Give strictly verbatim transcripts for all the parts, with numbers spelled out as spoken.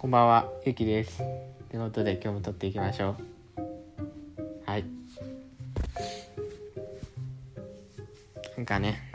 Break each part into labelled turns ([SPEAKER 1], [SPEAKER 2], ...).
[SPEAKER 1] こんばんは、ゆきです。ということで今日も撮っていきましょう。はい。なんかね、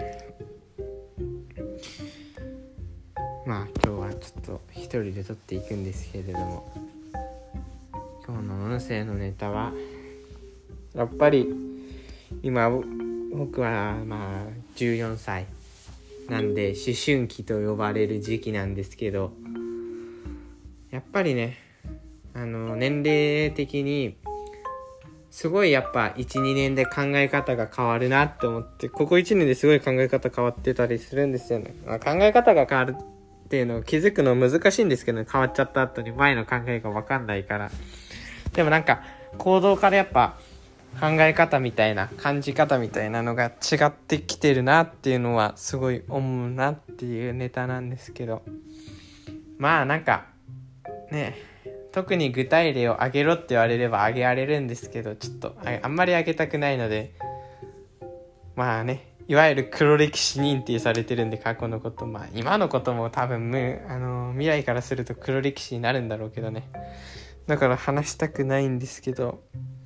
[SPEAKER 1] まあ今日はちょっと一人で撮っていくんですけれども、今日の音声のネタはやっぱり今僕はまあじゅうよんさいなんで思春期と呼ばれる時期なんですけど、やっぱりね、あの年齢的にすごいやっぱ いち,に 年で考え方が変わるなって思って、ここいちねんですごい考え方変わってたりするんですよね。まあ、考え方が変わるっていうのを気づくの難しいんですけど、ね、変わっちゃった後に前の考えが分かんないから。でもなんか行動からやっぱ考え方みたいな感じ方みたいなのが違ってきてるなっていうのはすごい思うなっていうネタなんですけど、まあなんかね、特に具体例を挙げろって言われれば挙げられるんですけど、ちょっと あ, あんまり挙げたくないので、まあね、いわゆる黒歴史認定されてるんで、過去のこと、まあ今のことも多分むあの未来からすると黒歴史になるんだろうけどね、だから話したくないんですけど、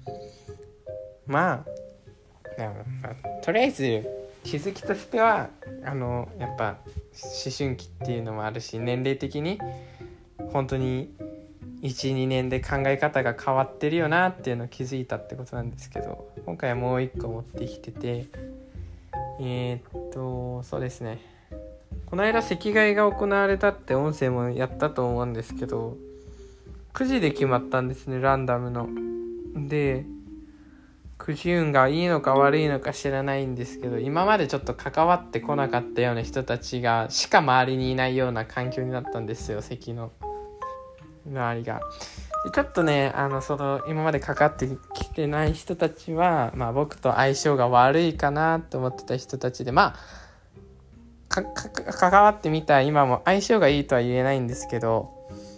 [SPEAKER 1] まあ、でもまあ、とりあえず気づきとしてはあのやっぱ思春期っていうのもあるし、年齢的に本当に いち,に 年で考え方が変わってるよなっていうのを気づいたってことなんですけど、今回はもう一個持ってきてて、えー、っとそうですね、この間席替えが行われたって音声もやったと思うんですけど、くじで決まったんですね、ランダムの。でくじ運がいいのか悪いのか知らないんですけど、今までちょっと関わってこなかったような人たちがしか周りにいないような環境になったんですよ、席の周りが。でちょっとね、あのその今までかかってきてない人たちは、まあ、僕と相性が悪いかなと思ってた人たちで、まあかか関わってみた今も相性がいいとは言えないんですけど、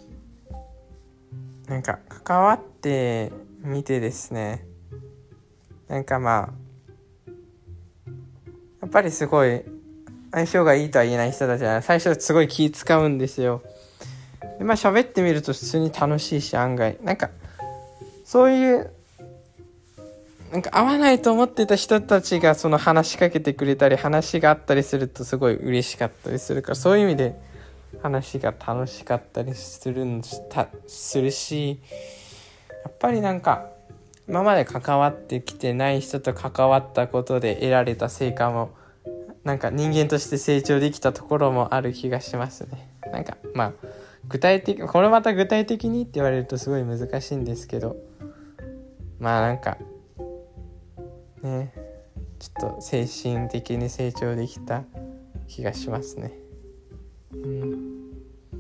[SPEAKER 1] なんか関わってみてですね、なんかまあやっぱりすごい相性がいいとは言えない人たちは最初すごい気使うんですよ。でまあ喋ってみると普通に楽しいし、案外なんかそういうなんか合わないと思ってた人たちがその話しかけてくれたり話があったりするとすごい嬉しかったりするから、そういう意味で話が楽しかったりするんしたするし、やっぱりなんか今まで関わってきてない人と関わったことで得られた成果もなんか人間として成長できたところもある気がしますね。なんかまあ具体的、これまた具体的にって言われるとすごい難しいんですけど、まあなんかね、ちょっと精神的に成長できた気がしますね。うん。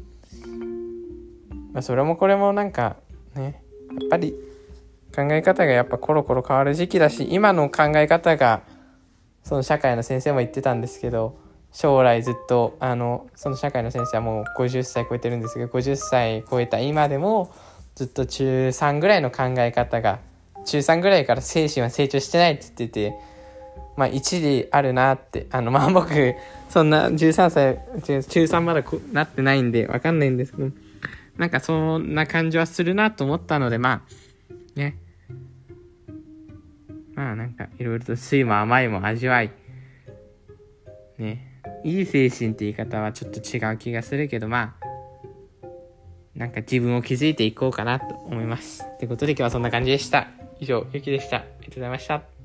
[SPEAKER 1] まあそれもこれもなんかね、やっぱり考え方がやっぱコロコロ変わる時期だし、今の考え方がその社会の先生も言ってたんですけど、将来ずっとあのその社会の先生はもうごじゅっさい超えてるんですけど、ごじゅっさい超えた今でもずっとちゅうさんぐらいの考え方が、ちゅうさんぐらいから精神は成長してないって言ってて、まあいちであるなって、あのまあ僕そんなじゅうさんさいちゅうさんまだなってないんでわかんないんですけど、なんかそんな感じはするなと思ったので、まあね、まあなんかいろいろと酸いも甘いも味わいね、いい精神って言い方はちょっと違う気がするけど、まあなんか自分を築いていこうかなと思います。ということで今日はそんな感じでした。以上、ゆきでした。ありがとうございました。